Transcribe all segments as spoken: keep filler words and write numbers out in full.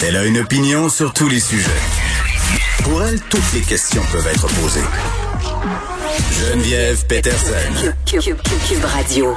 Elle a une opinion sur tous les sujets. Pour elle, toutes les questions peuvent être posées. Geneviève Peterson. Cube, Cube, Cube Radio.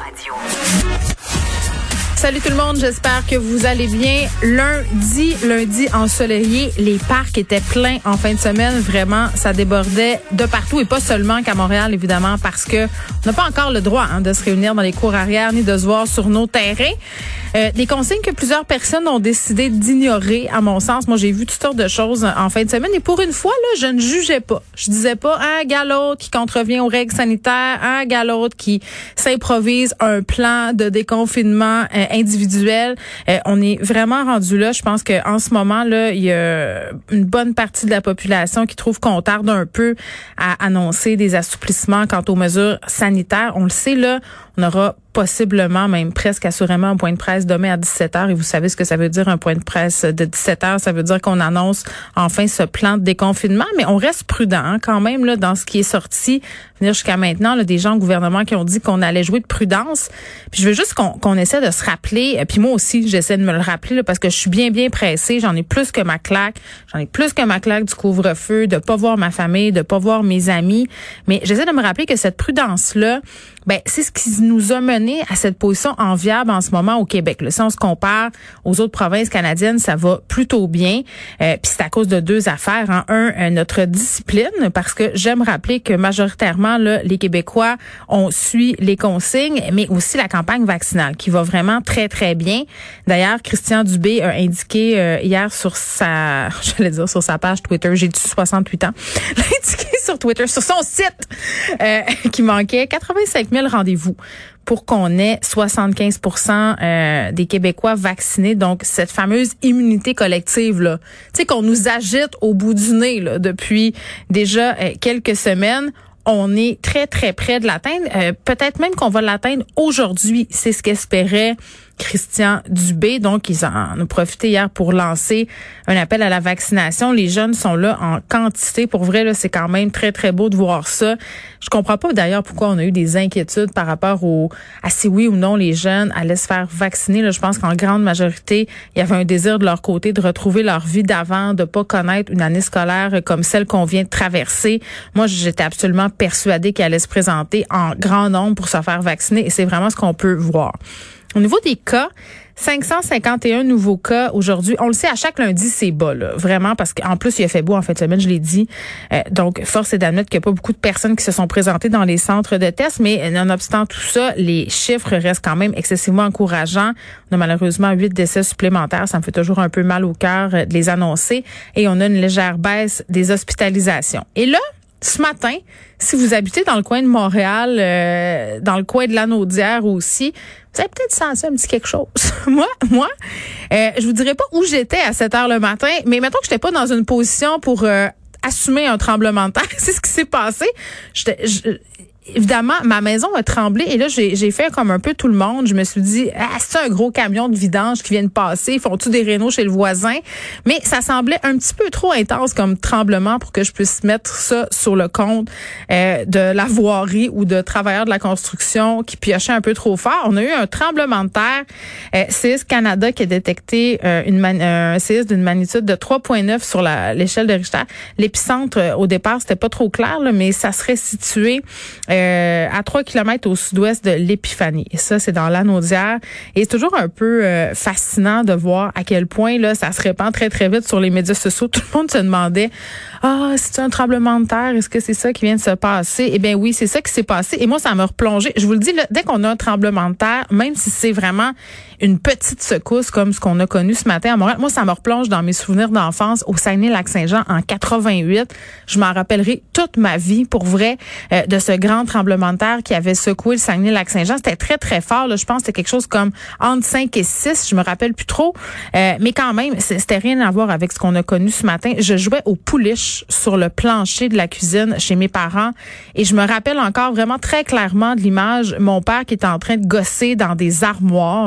Salut tout le monde, j'espère que vous allez bien. Lundi, lundi ensoleillé, les parcs étaient pleins en fin de semaine. Vraiment, ça débordait de partout et pas seulement qu'à Montréal, évidemment, parce que on n'a pas encore le droit hein, de se réunir dans les cours arrière ni de se voir sur nos terrains. Euh, des consignes que plusieurs personnes ont décidé d'ignorer, à mon sens. Moi, j'ai vu toutes sortes de choses en fin de semaine et pour une fois, là, je ne jugeais pas. Je disais pas un gars l'autre qui contrevient aux règles sanitaires, un gars l'autre qui s'improvise un plan de déconfinement euh, individuel. Euh, on est vraiment rendu là. Je pense qu'en ce moment, là, il y a une bonne partie de la population qui trouve qu'on tarde un peu à annoncer des assouplissements quant aux mesures sanitaires. On le sait, là, on aura possiblement, même presque assurément, un point de presse demain à dix-sept heures. Et vous savez ce que ça veut dire, un point de presse de dix-sept heures. Ça veut dire qu'on annonce enfin ce plan de déconfinement. Mais on reste prudent hein, quand même là dans ce qui est sorti. Venir jusqu'à maintenant, là, des gens au gouvernement qui ont dit qu'on allait jouer de prudence. Puis je veux juste qu'on, qu'on essaie de se rappeler. Puis moi aussi, j'essaie de me le rappeler là, parce que je suis bien, bien pressée. J'en ai plus que ma claque. J'en ai plus que ma claque du couvre-feu, de pas voir ma famille, de pas voir mes amis. Mais j'essaie de me rappeler que cette prudence-là, ben c'est ce qui nous a mené à cette position enviable en ce moment au Québec. Là, si on se compare aux autres provinces canadiennes, ça va plutôt bien. Euh, Puis c'est à cause de deux affaires. Hein. Un, euh, notre discipline, parce que j'aime rappeler que majoritairement, là, les Québécois, on suit les consignes, mais aussi la campagne vaccinale qui va vraiment très, très bien. D'ailleurs, Christian Dubé a indiqué euh, hier sur sa, j'allais dire sur sa page Twitter, j'ai dit soixante-huit ans, il a indiqué sur Twitter, sur son site, euh, qu'il manquait quatre-vingt-cinq mille rendez-vous pour qu'on ait soixante-quinze pour cent euh, des Québécois vaccinés. Donc, cette fameuse immunité collective, là, tu sais, qu'on nous agite au bout du nez là, depuis déjà euh, quelques semaines. On est très, très près de l'atteindre. Euh, peut-être même qu'on va l'atteindre aujourd'hui. C'est ce qu'espérait Christian Dubé. Donc, ils en ont profité hier pour lancer un appel à la vaccination. Les jeunes sont là en quantité. Pour vrai, là, c'est quand même très, très beau de voir ça. Je comprends pas d'ailleurs pourquoi on a eu des inquiétudes par rapport au à si oui ou non les jeunes allaient se faire vacciner. Là, je pense qu'en grande majorité, il y avait un désir de leur côté de retrouver leur vie d'avant, de pas connaître une année scolaire comme celle qu'on vient de traverser. Moi, j'étais absolument persuadée qu'ils allaient se présenter en grand nombre pour se faire vacciner et c'est vraiment ce qu'on peut voir. Au niveau des cas, cinq cent cinquante et un nouveaux cas aujourd'hui. On le sait, à chaque lundi, c'est bas, là, vraiment, parce qu'en plus, il a fait beau en fin de semaine, je l'ai dit. Euh, donc, force est d'admettre qu'il n'y a pas beaucoup de personnes qui se sont présentées dans les centres de tests, mais nonobstant tout ça, les chiffres restent quand même excessivement encourageants. On a malheureusement huit décès supplémentaires. Ça me fait toujours un peu mal au cœur de les annoncer. Et on a une légère baisse des hospitalisations. Et là, ce matin, si vous habitez dans le coin de Montréal, euh, dans le coin de Lanaudière aussi, vous avez peut-être senti un petit quelque chose. moi, moi, euh, je vous dirais pas où j'étais à sept heures le matin, mais mettons que j'étais pas dans une position pour euh, assumer un tremblement de terre. C'est ce qui s'est passé. J'étais, je, évidemment, ma maison a tremblé et là, j'ai, j'ai fait comme un peu tout le monde. Je me suis dit, ah, c'est un gros camion de vidange qui vient de passer. Font-tu des rénaux chez le voisin? Mais ça semblait un petit peu trop intense comme tremblement pour que je puisse mettre ça sur le compte euh, de la voirie ou de travailleurs de la construction qui piochaient un peu trop fort. On a eu un tremblement de terre. Euh, Séisme Canada qui a détecté euh, une man- un séisme d'une magnitude de trois virgule neuf sur la, l'échelle de Richter. L'épicentre, euh, au départ, c'était pas trop clair, là, mais ça serait situé Euh, à trois kilomètres au sud-ouest de l'Épiphanie. Et ça, c'est dans Lanaudière. Et c'est toujours un peu euh, fascinant de voir à quel point là ça se répand très, très vite sur les médias sociaux. Tout le monde se demandait, ah, c'est un tremblement de terre? Est-ce que c'est ça qui vient de se passer? Eh bien oui, c'est ça qui s'est passé. Et moi, ça m'a replongé. Je vous le dis, là, dès qu'on a un tremblement de terre, même si c'est vraiment une petite secousse comme ce qu'on a connu ce matin à Montréal, moi, ça me replonge dans mes souvenirs d'enfance au Saguenay-Lac-Saint-Jean en quatre-vingt-huit. Je m'en rappellerai toute ma vie, pour vrai, euh, de ce grand tremblement de terre qui avait secoué le Saguenay-Lac-Saint-Jean. C'était très, très fort. Là. Je pense que c'était quelque chose comme entre cinq et six. Je me rappelle plus trop. Euh, mais quand même, c'était rien à voir avec ce qu'on a connu ce matin. Je jouais au pouliche sur le plancher de la cuisine chez mes parents. Et je me rappelle encore vraiment très clairement de l'image. Mon père qui était en train de gosser dans des armoires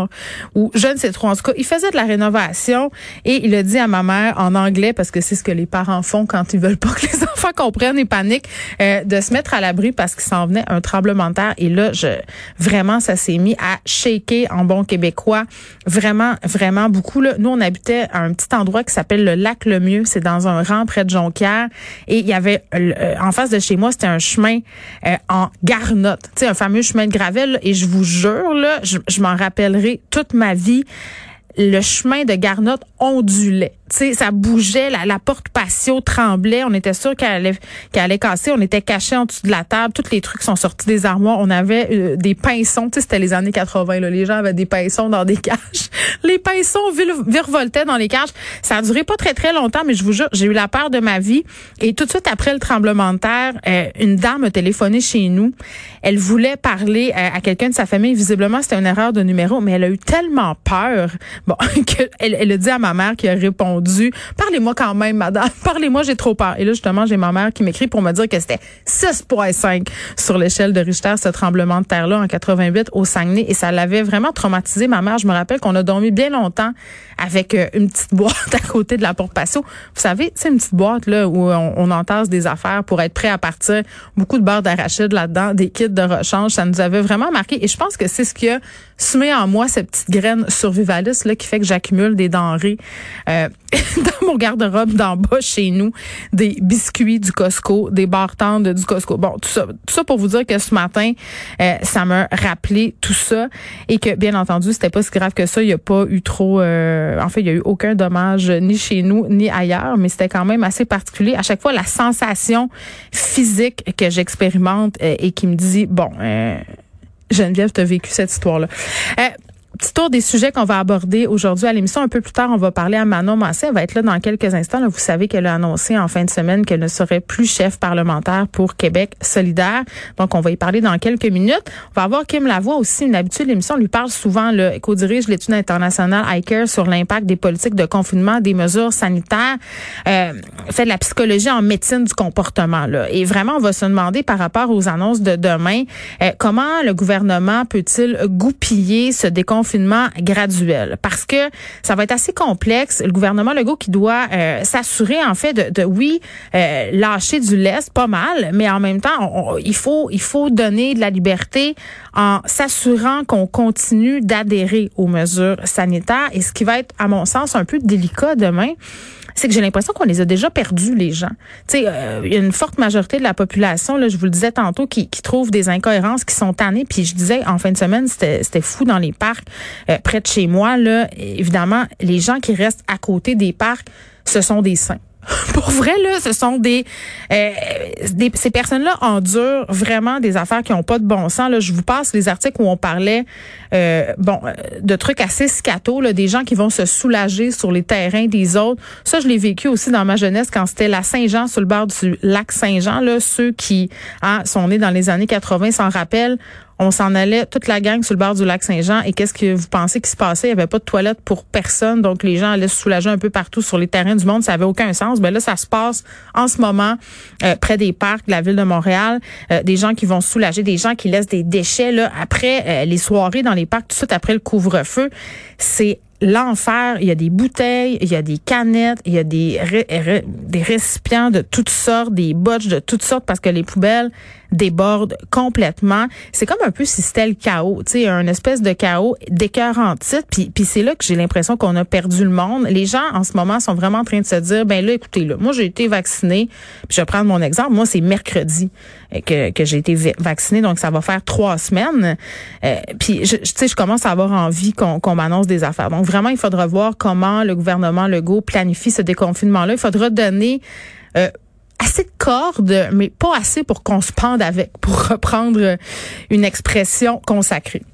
ou je ne sais trop. En tout cas, il faisait de la rénovation et il a dit à ma mère en anglais, parce que c'est ce que les parents font quand ils veulent pas que les enfants comprennent et paniquent, euh, de se mettre à l'abri parce qu'il s'en venait un tremblement de terre. Et là, je vraiment, ça s'est mis à shaker en bon québécois. Vraiment, vraiment beaucoup. Là. Nous, on habitait à un petit endroit qui s'appelle le lac Lemieux. C'est dans un rang près de Jonquière. Et il y avait, euh, en face de chez moi, c'était un chemin euh, en garnotte. Tu sais, un fameux chemin de gravelle. Là, et je vous jure, là, je, je m'en rappellerai toute ma vie. Le chemin de garnotte ondulait. Tu sais, ça bougeait, la, la porte patio tremblait. On était sûr qu'elle allait, qu'elle allait casser. On était cachés en dessous de la table. Tous les trucs sont sortis des armoires. On avait euh, des pinçons. Tu sais, c'était les années quatre-vingts. Là. Les gens avaient des pinçons dans des cages. Les pinçons virevoltaient dans les cages. Ça a duré pas très, très longtemps, mais je vous jure, j'ai eu la peur de ma vie. Et tout de suite après le tremblement de terre, euh, une dame a téléphoné chez nous. Elle voulait parler euh, à quelqu'un de sa famille. Visiblement, c'était une erreur de numéro, mais elle a eu tellement peur. Bon, qu'elle elle a dit à ma mère qui a répondu « Parlez-moi quand même, madame. Parlez-moi, j'ai trop peur. » Et là, justement, j'ai ma mère qui m'écrit pour me dire que c'était six virgule cinq sur l'échelle de Richter, ce tremblement de terre-là, en quatre-vingt-huit, au Saguenay. Et ça l'avait vraiment traumatisé, ma mère. Je me rappelle qu'on a dormi bien longtemps avec euh, une petite boîte à côté de la porte patio. Vous savez, c'est une petite boîte là où on, on entasse des affaires pour être prêt à partir. Beaucoup de beurre d'arachide là-dedans, des kits de rechange. Ça nous avait vraiment marqué. Et je pense que c'est ce qui a semé en moi cette petite graine survivaliste là qui fait que j'accumule des denrées euh, dans mon garde-robe d'en bas chez nous, des biscuits du Costco, des bartendes du Costco. Bon, tout ça, tout ça pour vous dire que ce matin, euh, ça m'a rappelé tout ça et que bien entendu, c'était pas si grave que ça. Il y a pas eu trop, euh, en fait, il y a eu aucun dommage ni chez nous ni ailleurs, mais c'était quand même assez particulier. À chaque fois, la sensation physique que j'expérimente euh, et qui me dit bon. Euh, Geneviève, tu as vécu cette histoire-là. Euh, Petit tour des sujets qu'on va aborder aujourd'hui à l'émission. Un peu plus tard, on va parler à Manon Massé. Elle va être là dans quelques instants. Là, vous savez qu'elle a annoncé en fin de semaine qu'elle ne serait plus chef parlementaire pour Québec solidaire. Donc, on va y parler dans quelques minutes. On va avoir Kim Lavoie aussi, une habitude de l'émission. On lui parle souvent, là, co-dirige l'étude internationale iCare sur l'impact des politiques de confinement, des mesures sanitaires. Euh, fait de la psychologie en médecine du comportement. Là. Et vraiment, on va se demander par rapport aux annonces de demain, euh, comment le gouvernement peut-il goupiller ce déconfinement confinement graduel, parce que ça va être assez complexe. Le gouvernement Legault qui doit euh, s'assurer en fait de, de oui euh, lâcher du lest, pas mal, mais en même temps on, on, il faut il faut donner de la liberté en s'assurant qu'on continue d'adhérer aux mesures sanitaires. Et ce qui va être à mon sens un peu délicat demain, c'est que j'ai l'impression qu'on les a déjà perdus, les gens. Tu sais, euh, il y a une forte majorité de la population, là, je vous le disais tantôt, qui, qui trouve des incohérences, qui sont tannés. Puis je disais, en fin de semaine, c'était, c'était fou dans les parcs euh, près de chez moi. Là, évidemment, les gens qui restent à côté des parcs, ce sont des saints. Pour vrai, là, ce sont des, euh, des ces personnes-là endurent vraiment des affaires qui n'ont pas de bon sens. Là, je vous passe les articles où on parlait, euh, bon, de trucs assez scato, là, des gens qui vont se soulager sur les terrains des autres. Ça, je l'ai vécu aussi dans ma jeunesse quand c'était la Saint-Jean sur le bord du lac Saint-Jean. Là, ceux qui hein, sont nés dans les années quatre-vingts s'en rappellent. On s'en allait toute la gang sur le bord du lac Saint-Jean. Et qu'est-ce que vous pensez qui se passait? Il n'y avait pas de toilette pour personne. Donc, les gens allaient se soulager un peu partout sur les terrains du monde. Ça avait aucun sens. Ben là, ça se passe en ce moment euh, près des parcs de la ville de Montréal. Euh, des gens qui vont se soulager, des gens qui laissent des déchets là après euh, les soirées dans les parcs, tout de suite après le couvre-feu. C'est l'enfer. Il y a des bouteilles, il y a des canettes, il y a des, ré- ré- des récipients de toutes sortes, des botches de toutes sortes parce que les poubelles débordent complètement. C'est comme un peu si c'était le chaos, tu sais, un espèce de chaos d'écœurant titre. Puis, puis c'est là que j'ai l'impression qu'on a perdu le monde. Les gens, en ce moment, sont vraiment en train de se dire, ben là, écoutez, là, moi, j'ai été vaccinée. Puis je vais prendre mon exemple. Moi, c'est mercredi que, que j'ai été vaccinée, donc ça va faire trois semaines. Euh, puis, je, tu sais, je commence à avoir envie qu'on, qu'on m'annonce des affaires. Donc, vraiment, il faudra voir comment le gouvernement Legault planifie ce déconfinement-là. Il faudra donner euh, assez de cordes, mais pas assez pour qu'on se pende avec, pour reprendre une expression consacrée.